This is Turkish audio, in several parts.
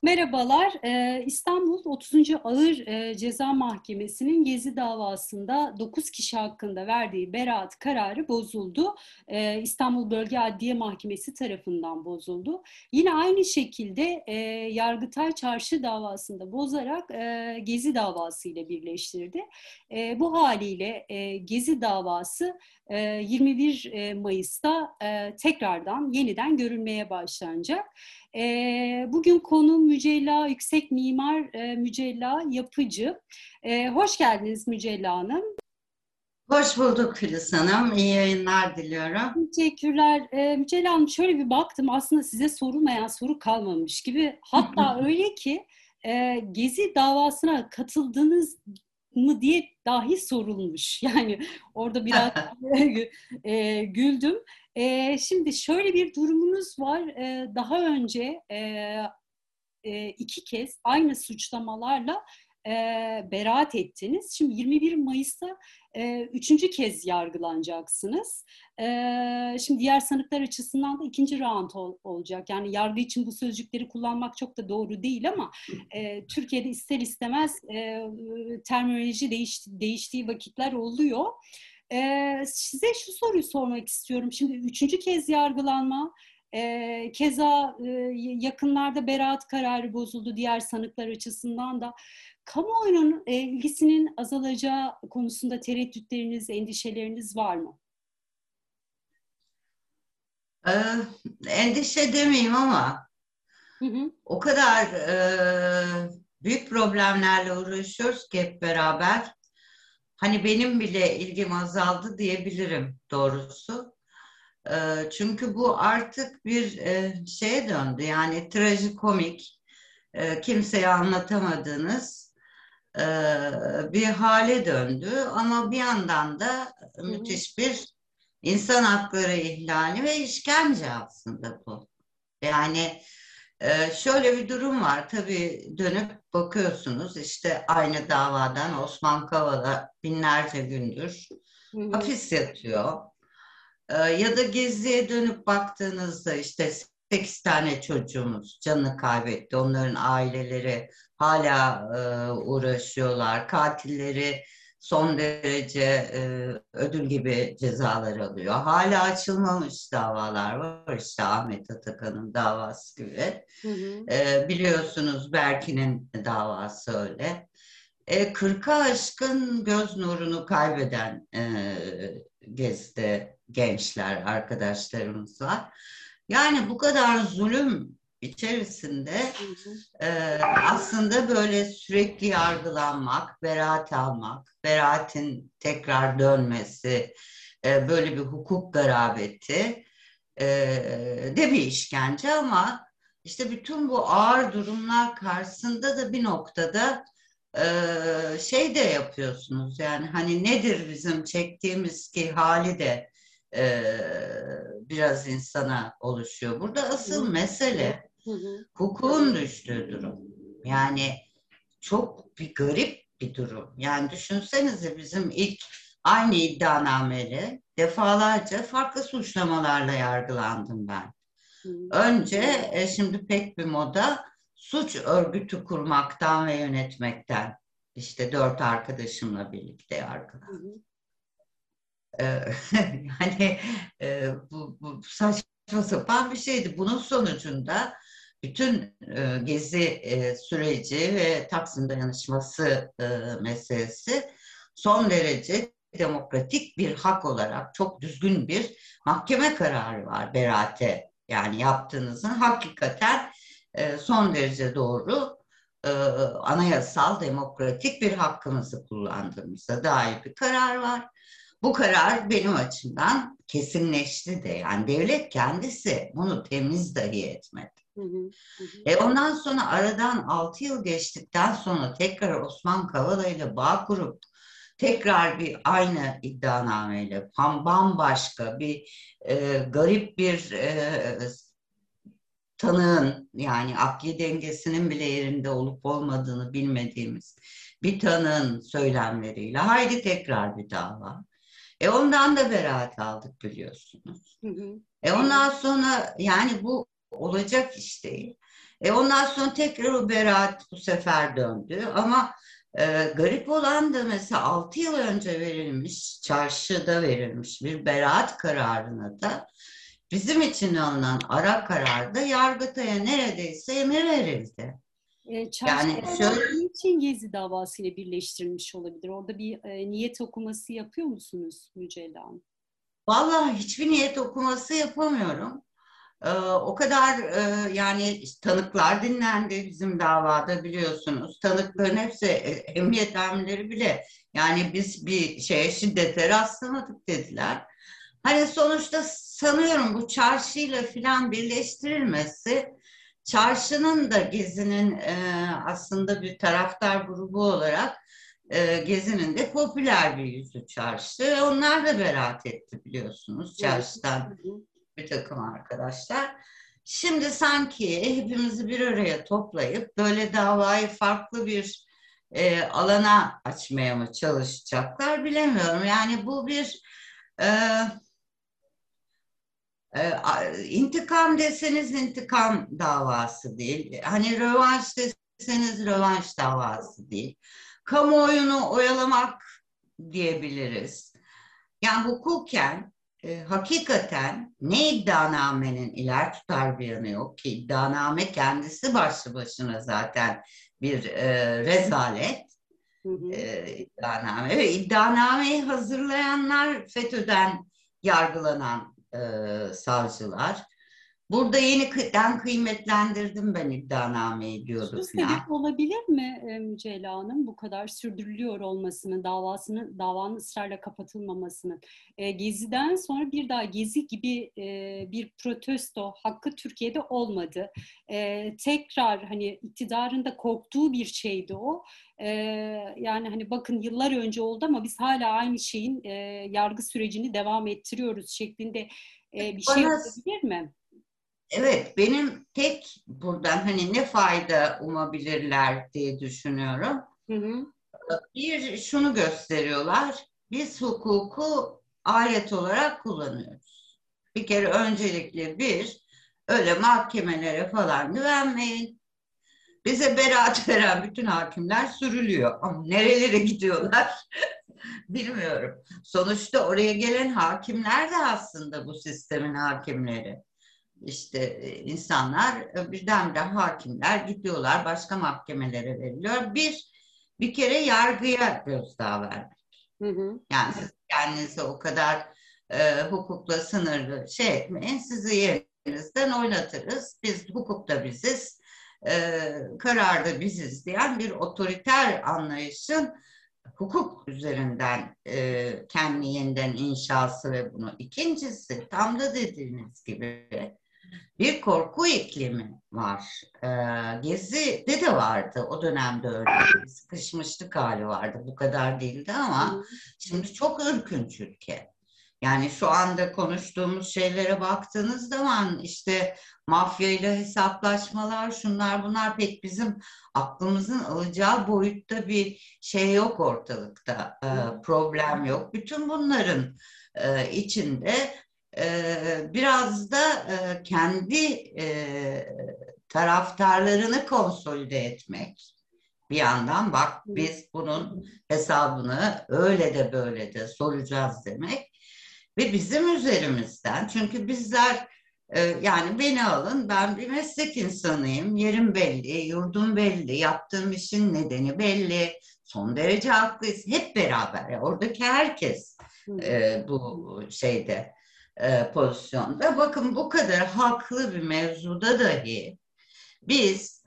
Merhabalar. İstanbul 30. Ağır Ceza Mahkemesi'nin Gezi davasında 9 kişi hakkında verdiği beraat kararı bozuldu. İstanbul Bölge Adliye Mahkemesi tarafından bozuldu. Yine aynı şekilde Yargıtay Çarşı davasında bozarak Gezi davası ile birleştirdi. Bu haliyle Gezi davası 21 Mayıs'ta tekrardan yeniden görülmeye başlanacak. Bugün konuğum Mücella Yüksek Mimar Mücella Yapıcı. Hoş geldiniz Mücella Hanım. Hoş bulduk Filiz Hanım. İyi yayınlar diliyorum. Teşekkürler. Mücella Hanım şöyle bir baktım aslında size sorulmayan soru kalmamış gibi. Hatta öyle ki Gezi davasına katıldınız mı diye dahi sorulmuş. Yani orada biraz güldüm. Şimdi şöyle bir durumunuz var. Daha önce iki kez aynı suçlamalarla beraat ettiniz. Şimdi 21 Mayıs'ta üçüncü kez yargılanacaksınız. Şimdi diğer sanıklar açısından da ikinci round olacak. Yani yargı için bu sözcükleri kullanmak çok da doğru değil ama Türkiye'de ister istemez terminoloji değiştiği vakitler oluyor. Size şu soruyu sormak istiyorum. Şimdi üçüncü kez yargılanma, keza yakınlarda beraat kararı bozuldu diğer sanıklar açısından da. Kamuoyunun ilgisinin azalacağı konusunda tereddütleriniz, endişeleriniz var mı? Ee, Endişe demeyeyim ama Hı hı, o kadar büyük problemlerle uğraşıyoruz ki hep beraber. Hani benim bile ilgim azaldı diyebilirim doğrusu. Çünkü bu artık bir şeye döndü. Yani trajikomik, kimseye anlatamadığınız e, bir hale döndü. Ama bir yandan da hı hı, müthiş bir insan hakları ihlali ve işkence aslında bu. Yani şöyle bir durum var. Tabii dönüp bakıyorsunuz işte aynı davadan Osman Kavala binlerce gündür hı hı, hapis yatıyor. Ya da Gezi'ye dönüp baktığınızda işte 8 tane çocuğumuz canını kaybetti. Onların aileleri hala uğraşıyorlar. Katilleri son derece ödül gibi cezalar alıyor. Hala açılmamış davalar var. İşte Ahmet Atakan'ın davası gibi. hı hı. Biliyorsunuz Berkin'in davası öyle. 40'a aşkın göz nurunu kaybeden Gezi'de gençler, arkadaşlarımız var. Yani bu kadar zulüm içerisinde Hı hı. e, aslında böyle sürekli yargılanmak, beraat almak, beraatin tekrar dönmesi, böyle bir hukuk garabeti e, de bir işkence ama işte bütün bu ağır durumlar karşısında da bir noktada şey de yapıyorsunuz yani hani nedir bizim çektiğimiz ki hali de biraz insana oluşuyor. Burada Hı asıl hı. mesele Hı hı. hukukun düştüğü durum. Yani çok bir garip bir durum. Yani düşünsenize bizim ilk aynı iddianameyle defalarca farklı suçlamalarla yargılandım ben. Hı hı. Önce şimdi pek bir moda suç örgütü kurmaktan ve yönetmekten işte 4 arkadaşımla birlikte Hı yargılandım. hı. E, yani bu saçma sapan bir şeydi. Bunun sonucunda bütün gezi süreci ve Taksim Dayanışması meselesi son derece demokratik bir hak olarak çok düzgün bir mahkeme kararı var beraate. Yani yaptığınızın hakikaten son derece doğru anayasal demokratik bir hakkımızı kullandığımıza dair bir karar var. Bu karar benim açımdan kesinleşti de yani devlet kendisi bunu temiz dahi etmedi. Hı hı. Hı hı. Ondan sonra aradan 6 yıl geçtikten sonra tekrar Osman Kavala ile bağ kurup tekrar bir aynı iddianameyle bambaşka bir garip bir tanığın yani akli dengesinin bile yerinde olup olmadığını bilmediğimiz bir tanığın söylemleriyle haydi tekrar bir dava. Ondan da beraat aldık biliyorsunuz. Hı hı. Ondan sonra yani bu olacak iş değil. Ondan sonra tekrar o beraat bu sefer döndü. Ama garip olan da mesela 6 yıl önce verilmiş, çarşıda verilmiş bir beraat kararına da bizim için alınan ara kararda Yargıtay'a neredeyse emir verildi. Çarşı Yani şöyle, niçin Gezi davasıyla birleştirilmiş olabilir? Orada bir niyet okuması yapıyor musunuz Mücella Hanım? vallahi hiçbir niyet okuması yapamıyorum. O kadar yani tanıklar dinlendi bizim davada biliyorsunuz. Tanıkların hepsi emniyet amirleri bile yani biz bir şeye şiddete rastlamadık dediler. Hani sonuçta sanıyorum bu çarşıyla filan birleştirilmesi çarşının da Gezi'nin aslında bir taraftar grubu olarak Gezi'nin de popüler bir yüzü çarşı. Onlar da beraat etti biliyorsunuz Evet. çarşıdan bir takım arkadaşlar. Şimdi sanki hepimizi bir araya toplayıp böyle davayı farklı bir alana açmaya mı çalışacaklar bilemiyorum. Yani bu bir e, intikam deseniz intikam davası değil. Hani rövanş deseniz rövanş davası değil. Kamuoyunu oyalamak diyebiliriz. Yani hukuken hakikaten ne iddianamenin iler tutar bir yanı yok ki iddianame kendisi başlı başına zaten bir rezalet Hı hı. iddianame ve iddianameyi hazırlayanlar FETÖ'den yargılanan savcılar. Burada yeniden kıymetlendirdim ben iddianameyi Şu diyordu sebep filan. olabilir mi Mücella Hanım bu kadar sürdürülüyor olmasının, davanın ısrarla kapatılmamasının? Gezi'den sonra bir daha Gezi gibi bir protesto hakkı Türkiye'de olmadı. Tekrar hani iktidarın da korktuğu bir şeydi o. E, Yani hani bakın yıllar önce oldu ama biz hala aynı şeyin yargı sürecini devam ettiriyoruz şeklinde bir şey Bana olabilir mi? evet benim tek buradan hani ne fayda umabilirler diye düşünüyorum. Hı hı. Bir şunu gösteriyorlar. Biz hukuku alet olarak kullanıyoruz. Bir kere öncelikle öyle mahkemelere falan güvenmeyin. Bize beraat veren bütün hakimler sürülüyor. Ama nerelere gidiyorlar bilmiyorum. Sonuçta oraya gelen hakimler de aslında bu sistemin hakimleri. İşte insanlar birdenbire hakimler gidiyorlar başka mahkemelere veriliyor. Bir kere yargıya gözdağı vermek. Hı hı. Yani siz kendinizi o kadar hukukla sınırlı şey etmeyin. Sizi yerinizden oynatırız. Biz hukukta biziz. Kararda biziz diyen bir otoriter anlayışın hukuk üzerinden kendi yeniden inşası ve bunu. İkincisi tam da dediğiniz gibi bir korku iklimi var. Gezi'de de vardı. O dönemde öyleydi. Sıkışmışlık hali vardı. Bu kadar değildi Hı ama hı. şimdi çok ürkünç ülke. Yani şu anda konuştuğumuz şeylere baktığınız zaman işte mafya ile hesaplaşmalar, şunlar bunlar pek bizim aklımızın alacağı boyutta bir şey yok ortalıkta. Problem yok. Bütün bunların içinde biraz da kendi taraftarlarını konsolide etmek. Bir yandan bak Hı. biz bunun hesabını öyle de böyle de soracağız demek. Ve bizim üzerimizden çünkü bizler yani beni alın ben bir meslek insanıyım. Yerim belli, yurdum belli, yaptığım işin nedeni belli. Son derece haklıyız. Hep beraber. Oradaki herkes Hı hı. bu şeyde pozisyonda. Bakın bu kadar haklı bir mevzuda dahi biz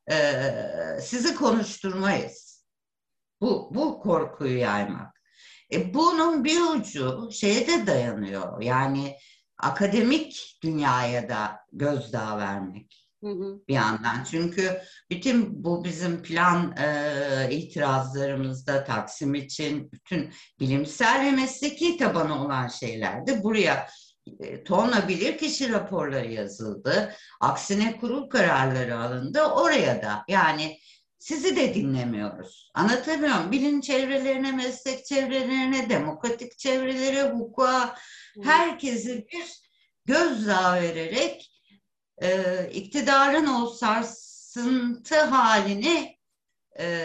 sizi konuşturmayız. Bu korkuyu yaymak. Bunun bir ucu şeye de dayanıyor. Yani akademik dünyaya da gözdağı vermek Hı hı. bir yandan. Çünkü bütün bu bizim plan itirazlarımızda Taksim için bütün bilimsel ve mesleki tabanı olan şeylerdi. Buraya tonla bilirkişi raporları yazıldı. Aksine kurul kararları alındı. Oraya da yani sizi de dinlemiyoruz. Anlatamıyorum. Bilim çevrelerine, meslek çevrelerine, demokratik çevrelere, hukuka Hı. herkesi bir gözdağı vererek iktidarın o sarsıntı halini e,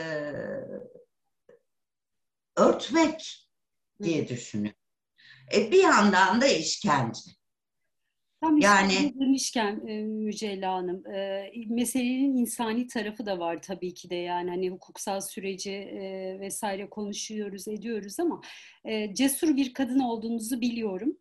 örtmek diye düşünüyorum. Bir yandan da işkence. Tam Yani işkence demişken Mücella Hanım, meselenin insani tarafı da var tabii ki de, yani hani hukuksal süreci vesaire konuşuyoruz, ediyoruz ama cesur bir kadın olduğunuzu biliyorum.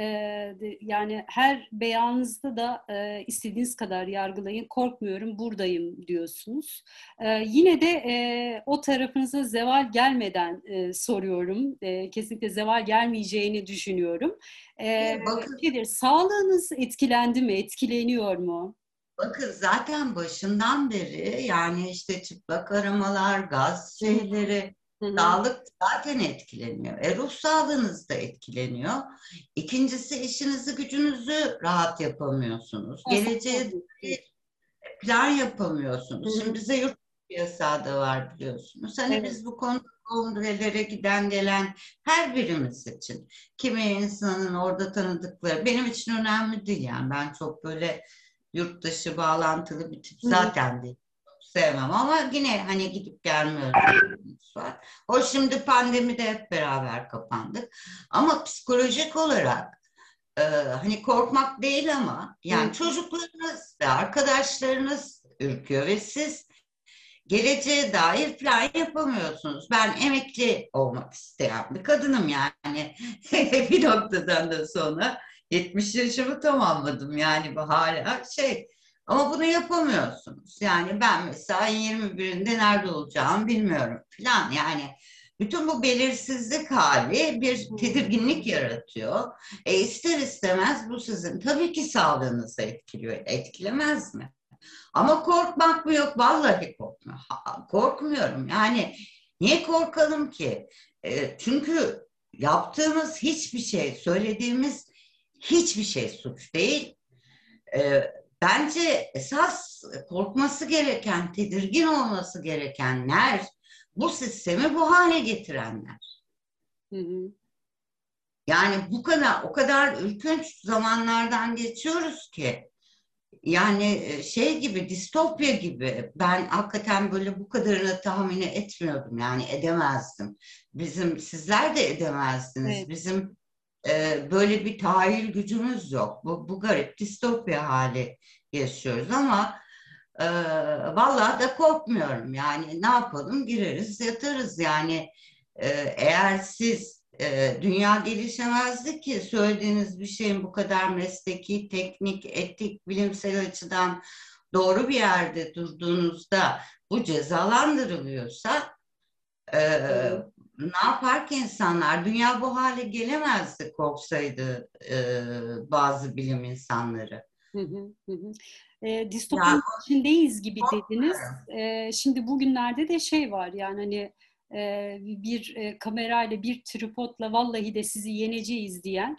Yani her beyanınızda da istediğiniz kadar yargılayın, korkmuyorum, buradayım diyorsunuz. Yine de o tarafınıza zeval gelmeden soruyorum. Kesinlikle zeval gelmeyeceğini düşünüyorum. bakın, Sağlığınız etkilendi mi, etkileniyor mu? zaten başından beri yani işte çıplak aramalar, gaz Hı hı, şeyleri, hı hı. sağlık zaten etkileniyor. Ruh sağlığınız da etkileniyor. İkincisi, işinizi gücünüzü rahat yapamıyorsunuz. Geleceğe Konsantrasyon. plan Hı yapamıyorsunuz. Şimdi hı. bize yurt yasağı da var biliyorsunuz. Hani Evet. biz bu konuda kongrelere giden gelen her birimiz için, kimi insanın orada tanıdıkları benim için önemli değil, yani ben çok böyle yurt dışı bağlantılı bir tip Hı hı. zaten değil. Çok sevmem ama yine hani gidip gelme özgürlüğümüz var. O şimdi pandemide hep beraber kapandık. Ama psikolojik olarak hani korkmak değil ama Hı yani çocuklarınız ve arkadaşlarınız ürküyor ve siz geleceğe dair plan yapamıyorsunuz. Ben emekli olmak isteyen bir kadınım yani. Bir noktadan da sonra 70 yaşımı tamamladım yani, bu hala şey. Ama bunu yapamıyorsunuz. Yani ben mesela 21'inde nerede olacağımı bilmiyorum falan. Yani bütün bu belirsizlik hali bir hı. tedirginlik yaratıyor. İster istemez bu sizin tabii ki sağlığınızı etkiliyor. Etkilemez mi? Ama korkmak mı yok? Vallahi korkmuyorum. Yani niye korkalım ki? Çünkü yaptığımız hiçbir şey, söylediğimiz hiçbir şey suç değil. E, Bence esas korkması gereken, tedirgin olması gerekenler bu sistemi bu hale getirenler. Hı hı. Yani o kadar ürkünç zamanlardan geçiyoruz ki. Yani şey gibi, distopya gibi, ben hakikaten böyle bu kadarını tahmin etmiyordum, yani edemezdim. Sizler de edemezdiniz. Evet. Bizim böyle bir tahayyül gücümüz yok. Bu garip distopya hali yaşıyoruz ama e, vallahi da korkmuyorum. Yani ne yapalım, gireriz yatarız yani. Eğer dünya gelişemezdi ki söylediğiniz bir şeyin bu kadar mesleki, teknik, etik, bilimsel açıdan doğru bir yerde durduğunuzda bu cezalandırılıyorsa e, Hı hı. ne yapar ki insanlar? Dünya bu hale gelemezdi korksaydı bazı bilim insanları. Hı hı. Hı hı. Yani Distopyanın içindeyiz gibi dediniz. korkmuyorum. Şimdi bugünlerde de şey var, yani hani bir kamerayla, bir tripodla vallahi de sizi yeneceğiz diyen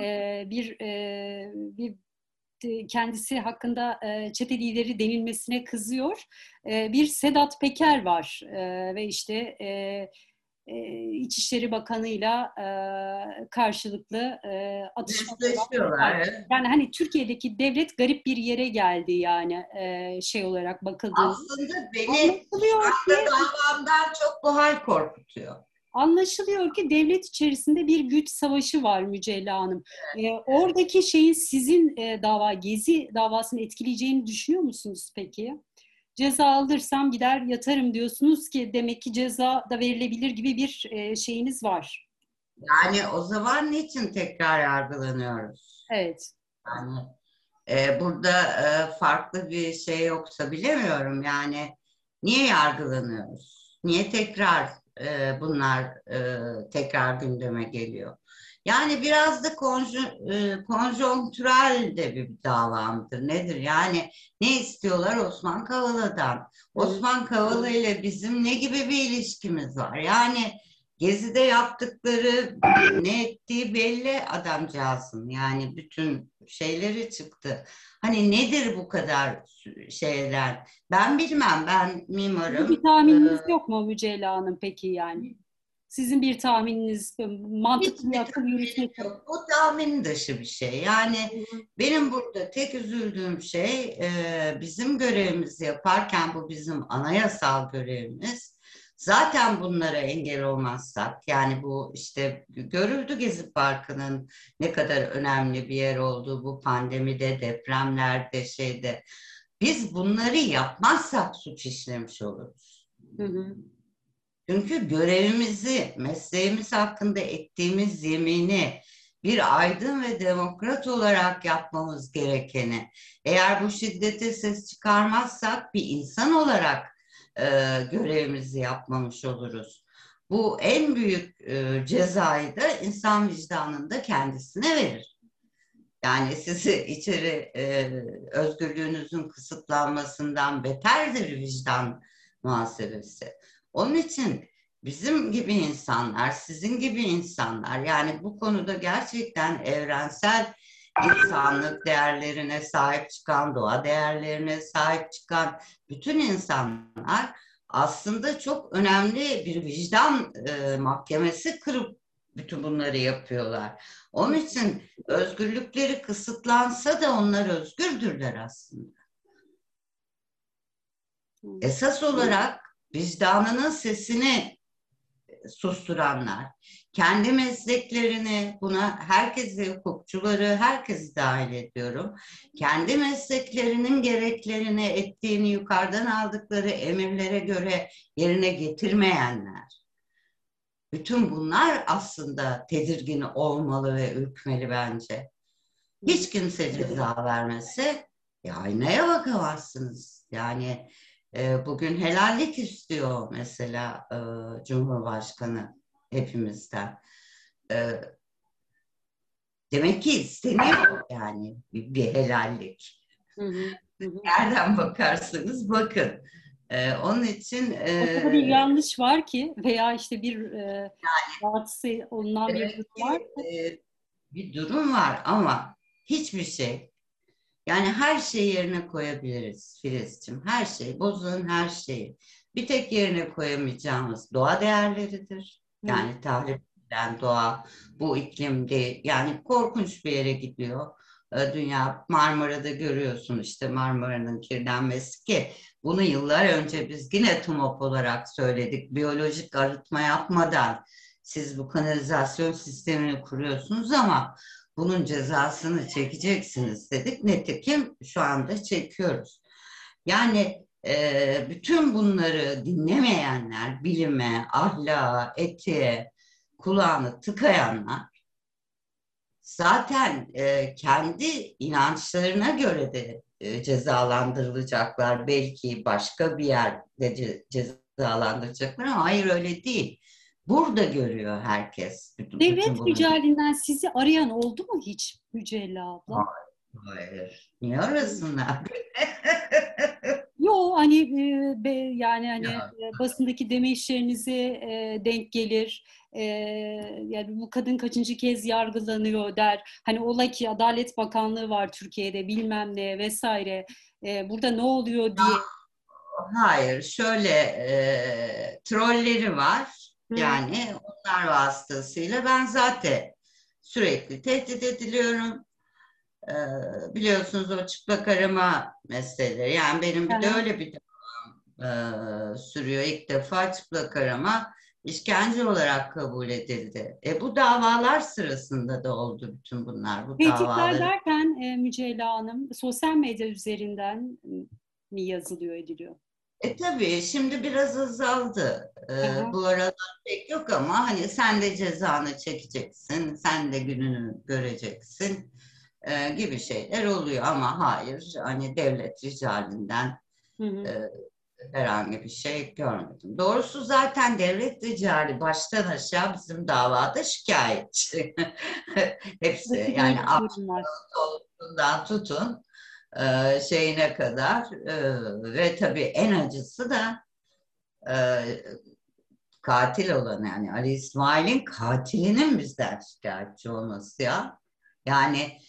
bir kendisi hakkında çete lideri denilmesine kızıyor. Bir Sedat Peker var ve işte İçişleri Bakanı'yla karşılıklı atışmaları var. Eşleşiyorlar. Evet. Yani hani Türkiye'deki devlet garip bir yere geldi, yani şey olarak bakıldığında. Aslında beni şu Anlaşılıyor ki anda davamdan çok bu hal korkutuyor. Anlaşılıyor ki devlet içerisinde bir güç savaşı var Mücella Hanım. Oradaki şeyin sizin Gezi davasını etkileyeceğini düşünüyor musunuz peki? Ceza aldırsam gider yatarım diyorsunuz ki, demek ki ceza da verilebilir gibi bir şeyiniz var. Yani o zaman niçin tekrar yargılanıyoruz? Evet. Yani burada farklı bir şey yoksa bilemiyorum. Yani niye yargılanıyoruz? Niye tekrar bunlar tekrar gündeme geliyor? Yani biraz da konjonktürel de bir davamdır. Nedir? Yani ne istiyorlar Osman Kavala'dan? Hı hı. Osman Kavala ile bizim ne gibi bir ilişkimiz var? Yani Gezi'de yaptıkları, ne ettiği belli adamcağızın. Yani bütün şeyleri çıktı. Hani nedir bu kadar şeyler? Ben bilmem, ben Bir mimarım. tahmininiz yok mu Mücella Hanım peki yani? Sizin bir tahmininiz, mantıklı bir Hiçbir akıl yürütmek. yok. Bu tahmin dışı bir şey. Yani benim burada tek üzüldüğüm şey bizim görevimizi yaparken bu bizim anayasal görevimiz. Zaten bunlara engel olmazsak yani bu işte görüldü Gezi Parkı'nın ne kadar önemli bir yer olduğu bu pandemide, depremlerde, şeyde. Biz bunları yapmazsak suç işlemiş oluruz. Hı hı. Çünkü görevimizi, mesleğimiz hakkında ettiğimiz yemini bir aydın ve demokrat olarak yapmamız gerekeni, eğer bu şiddete ses çıkarmazsak bir insan olarak görevimizi yapmamış oluruz. Bu en büyük cezayı da insan vicdanında kendisine verir. Yani sizi içeri özgürlüğünüzün kısıtlanmasından beterdir vicdan muhasebesi. Onun için bizim gibi insanlar, sizin gibi insanlar yani bu konuda gerçekten evrensel insanlık değerlerine sahip çıkan, doğa değerlerine sahip çıkan bütün insanlar aslında çok önemli bir vicdan mahkemesi kırıp bütün bunları yapıyorlar. Onun için özgürlükleri kısıtlansa da onlar özgürdürler aslında. Esas olarak vicdanının sesini susturanlar, kendi mesleklerini, buna herkesi, hukukçuları, herkesi dahil ediyorum, kendi mesleklerinin gereklerini ettiğini yukarıdan aldıkları emirlere göre yerine getirmeyenler, bütün bunlar aslında tedirgin olmalı ve ürkmeli bence. Hiç kimse ceza vermese aynaya bakamazsınız. Yani bugün helallik istiyor mesela Cumhurbaşkanı hepimizden. E, Demek ki isteniyor yani bir helallik. Hı hı. Hı hı. Nereden bakarsanız bakın. Onun için Ortada bir yanlış var ki veya işte bir rahatsız olunan bir demek durum var. ki bir durum var ama hiçbir şey yani her şeyi yerine koyabiliriz Filizciğim. Her şey, bozulun her şeyi. Bir tek yerine koyamayacağımız doğa değerleridir. Hı Yani tahrip edilen doğa, bu iklimde yani korkunç bir yere gidiyor. Dünya Marmara'da görüyorsun işte Marmara'nın kirlenmesi ki bunu yıllar önce biz yine TUMOP olarak söyledik. Biyolojik arıtma yapmadan siz bu kanalizasyon sistemini kuruyorsunuz ama bunun cezasını çekeceksiniz dedik. Nitekim şu anda çekiyoruz. Yani bütün bunları dinlemeyenler, bilime, ahlaka, etiğe, kulağını tıkayanlar zaten kendi inançlarına göre de cezalandırılacaklar. Belki başka bir yerde cezalandıracaklar ama hayır öyle değil. Burada görüyor herkes bütün Devlet bunları. ricalinden sizi arayan oldu mu hiç Mücella abla? Hayır. Niye arasınlar? Yo hani yani hani Ya, basındaki demeçlerinize denk gelir. Yani bu kadın kaçıncı kez yargılanıyor der. Hani ola ki Adalet Bakanlığı var Türkiye'de bilmem ne vesaire. Burada ne oluyor diye. hayır. Şöyle trolleri var. Hı, Yani onlar vasıtasıyla ben zaten sürekli tehdit ediliyorum. E, Biliyorsunuz o çıplak arama meseleleri. Yani benim bir de aha. öyle bir sürüyor. İlk defa çıplak arama işkence olarak kabul edildi. Bu davalar sırasında da oldu bütün bunlar. Bu Tehditler davaları. derken Mücella Hanım sosyal medya üzerinden mi yazılıyor ediliyor? Tabii şimdi biraz azaldı. Aha. Bu aralar pek yok ama hani sen de cezanı çekeceksin, sen de gününü göreceksin gibi şeyler oluyor ama hayır hani devlet ricalinden Hı hı. e, herhangi bir şey görmedim. Doğrusu zaten devlet ricali baştan aşağı bizim davada şikayetçi. Hepsi Buradaki yani böyle bir durum var. Avrupalı'dan tutun şeyine kadar ve tabii en acısı da e, katil olan yani Ali İsmail'in katilinin bizden şikayetçi olması ya. Yani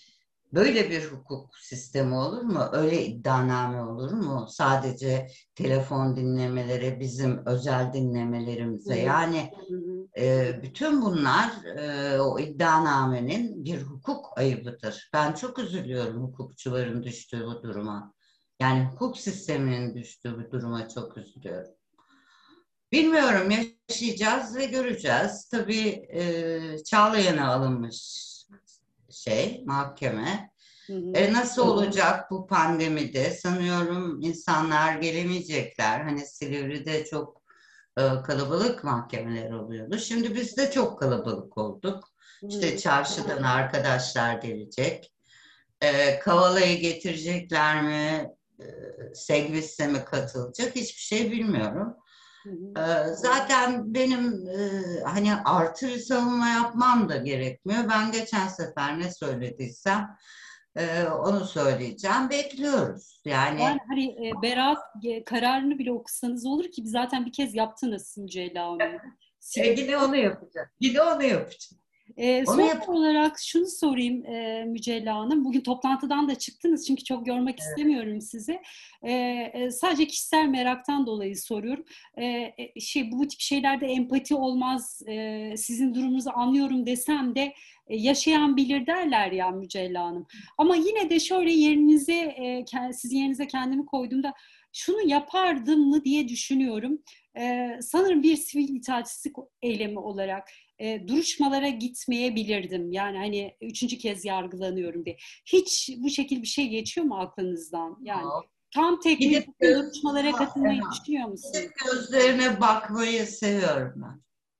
Böyle bir hukuk sistemi olur mu? Öyle iddianame olur mu? Sadece telefon dinlemeleri, bizim özel Hı dinlemelerimize. hı. Yani Hı hı. bütün bunlar o iddianamenin bir hukuk ayıbıdır. Ben çok üzülüyorum hukukçuların düştüğü bu duruma. Yani hukuk sisteminin düştüğü bu duruma çok üzülüyorum. Bilmiyorum, yaşayacağız ve göreceğiz. Tabii Çağlayan'a alınmış mahkeme. Hı hı. Nasıl olacak bu pandemide? Sanıyorum insanlar gelemeyecekler. Hani Silivri'de çok kalabalık mahkemeler oluyordu. Şimdi biz de çok kalabalık olduk. Hı İşte hı. çarşıdan arkadaşlar gelecek. Kavala'yı getirecekler mi? Segvis'e mi katılacak? Hiçbir şey bilmiyorum. Hı hı. Zaten benim hani artı bir savunma yapmam da gerekmiyor. Ben geçen sefer ne söylediysem onu söyleyeceğim. Bekliyoruz. Yani Yani hani beraat kararını bile okusanız olur ki zaten bir kez yaptınız Mücella Hanım. yine onu yapacağım. Yine onu yapacağım. Onu Son yapacağım. olarak şunu sorayım Mücella Hanım. Bugün toplantıdan da çıktınız çünkü çok görmek istemiyorum sizi. Sadece kişisel meraktan dolayı soruyorum. Bu tip şeylerde empati olmaz. Sizin durumunuzu anlıyorum desem de yaşayan bilir derler ya Mücella Hanım. Ama yine de şöyle yerinize, sizin yerinize kendimi koyduğumda şunu yapardım mı diye düşünüyorum. Sanırım bir sivil itaatsizlik eylemi olarak duruşmalara gitmeyebilirdim. Yani hani üçüncü kez yargılanıyorum diye. Hiç bu şekilde bir şey geçiyor mu aklınızdan? Yani tam tekmil Gidip bütün duruşmalara katılmayı ha, düşünüyor musunuz? gidip gözlerine bakmayı seviyorum ben.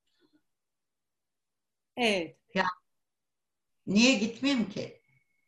Evet. Ya niye gitmeyeyim ki?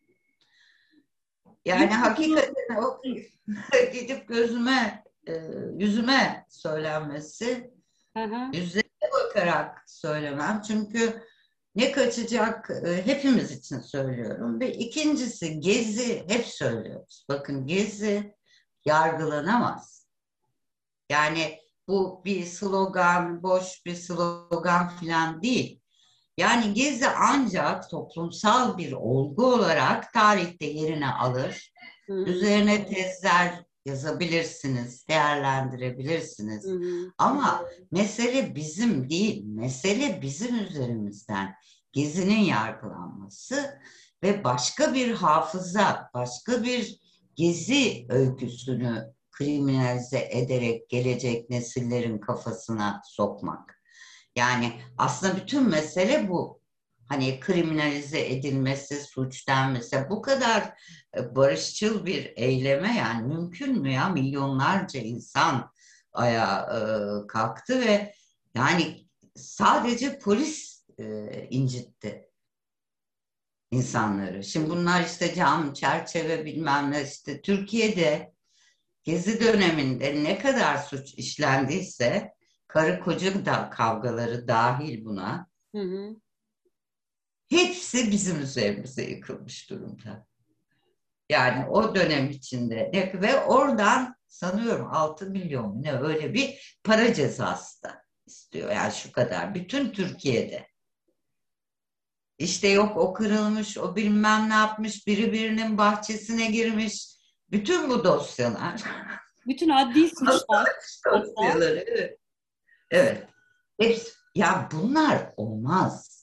Yani Yine de bunu hakikaten o gidip gözüme, yüzüme söylenmesi, hı hı, yüzlerine bakarak söylemem. Çünkü ne kaçacak hepimiz için söylüyorum. Ve ikincisi Gezi hep söylüyoruz. Bakın Gezi yargılanamaz. Yani bu bir slogan, boş bir slogan falan değil. Yani Gezi ancak toplumsal bir olgu olarak tarihte yerini alır. hı hı, Üzerine tezler yazabilirsiniz, hı değerlendirebilirsiniz. hı, Ama mesele bizim değil, mesele bizim üzerimizden Gezi'nin yargılanması ve başka bir hafıza, başka bir Gezi öyküsünü kriminalize ederek gelecek nesillerin kafasına sokmak. Yani aslında bütün mesele bu. Hani kriminalize edilmesi, suç denmesi, bu kadar barışçıl bir eyleme yani mümkün mü ya? Milyonlarca insan ayağa kalktı ve yani sadece polis incitti insanları. Şimdi bunlar işte cam, çerçeve bilmem ne işte Türkiye'de Gezi döneminde ne kadar suç işlendiyse karı koca da kavgaları dahil buna hı hı. hepsi bizim üzerimize yıkılmış durumda. Yani o dönem içinde ve oradan sanıyorum 6 milyon ne öyle bir para cezası da istiyor. Yani şu kadar bütün Türkiye'de. İşte yok o kırılmış, o bilmem ne yapmış, biri birinin bahçesine girmiş. Bütün bu dosyalar. Bütün adli suçlar Asayiş hatta. dosyaları. Evet. Evet. Hepsi, ya bunlar olmaz.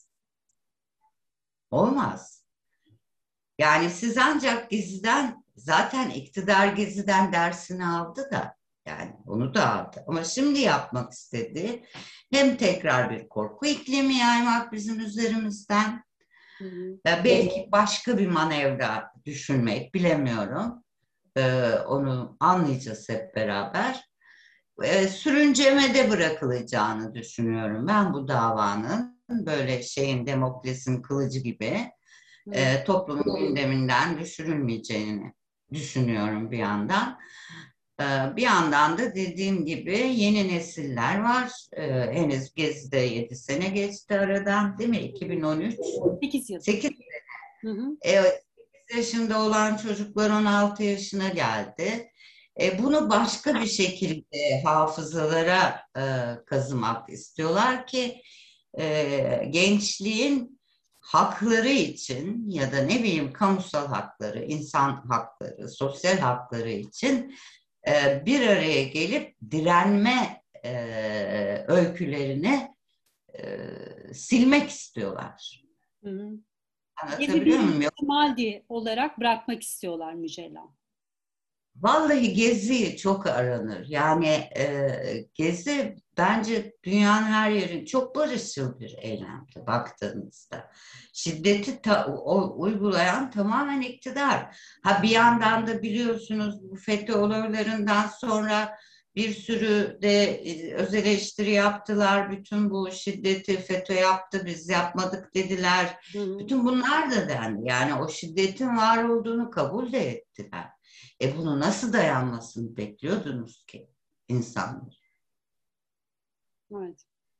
Olmaz. Yani siz ancak Gezi'den zaten iktidar Gezi'den dersini aldı da yani onu da aldı. Ama şimdi yapmak istediği hem tekrar bir korku iklimi yaymak bizim üzerimizden Hı hı, belki başka bir manevra düşünmek bilemiyorum. Onu anlayacağız hep beraber. Sürüncemede bırakılacağını düşünüyorum ben bu davanın böyle Demokles'in kılıcı gibi hı toplumun gündeminden düşürülmeyeceğini düşünüyorum bir yandan. Bir yandan da dediğim gibi yeni nesiller var. Henüz Gezi'de 7 sene geçti aradan değil mi? hı. 2013. 8 yıl. 8, Hı hı, 8 yaşında olan çocuklar 16 yaşına geldi. Bunu başka bir şekilde hafızalara kazımak istiyorlar ki gençliğin hakları için ya da ne bileyim kamusal hakları, insan hakları, sosyal hakları için bir araya gelip direnme öykülerini silmek istiyorlar. Hı hı. Gezi Anlatabiliyor bir muyum? ihtimal olarak bırakmak istiyorlar Mücella. Vallahi Gezi çok aranır. Yani Gezi bence dünyanın her yeri çok barışçıl bir eylemdi baktığınızda. Şiddeti uygulayan tamamen iktidar. Ha bir yandan da biliyorsunuz bu FETÖ olaylarından sonra bir sürü de öz eleştiri yaptılar. Bütün bu şiddeti FETÖ yaptı, biz yapmadık dediler. Hı hı. Bütün bunlar da dendi. Yani o şiddetin var olduğunu kabul de ettiler. Bunu nasıl dayanmasını bekliyordunuz ki insanlar? Evet.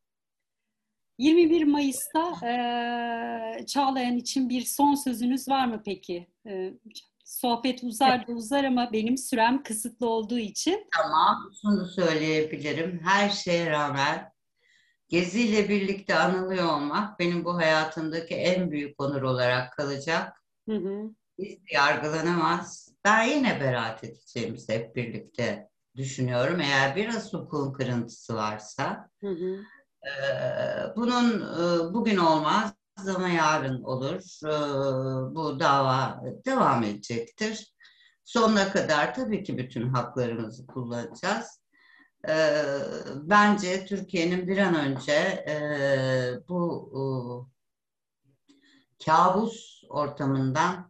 21 Mayıs'ta Çağlayan için bir son sözünüz var mı peki? Sohbet uzar da uzar ama benim sürem kısıtlı olduğu için. Tamam, şunu söyleyebilirim. Her şeye rağmen Gezi ile birlikte anılıyor olmak benim bu hayatımdaki en büyük onur olarak kalacak. Hı hı, Biz yargılanamaz. Ben yine beraat edeceğimizi hep birlikte düşünüyorum. Eğer biraz hukukun kırıntısı varsa. hı hı. Bunun bugün olmaz ama yarın olur. Bu dava devam edecektir. Sonuna kadar tabii ki bütün haklarımızı kullanacağız. Bence Türkiye'nin bir an önce bu kabus ortamından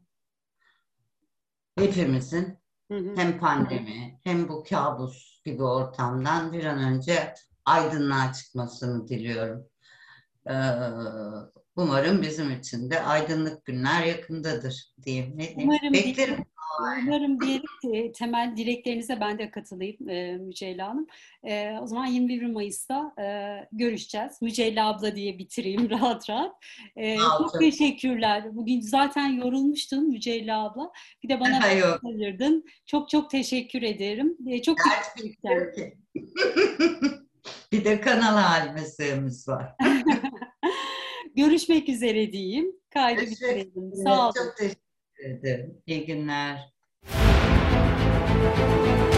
hepimizin Hı hı. hem pandemi hem bu kabus gibi ortamdan bir an önce aydınlığa çıkmasını diliyorum. Ee, Umarım bizim için de aydınlık günler yakındadır diyeyim. Ne diyeyim? Umarım Beklerim. Umarım diyerek temel dileklerinize ben de katılayım Mücella Hanım. O zaman 21 Mayıs'ta görüşeceğiz. Mücella abla diye bitireyim rahat rahat. Sağ ol, Çok çok teşekkürler. Bugün zaten yorulmuştun Mücella abla. Bir de bana yok. ayırdın. Çok çok teşekkür ederim. Çok dikkat Dert et bitmiyor kendine. ki. Bir de kanal halimiz var. Görüşmek üzere diyeyim. Kaydı Teşekkür bitirelim. ederim. Sağ olun. Çok teşekkür ederim. İyi günler.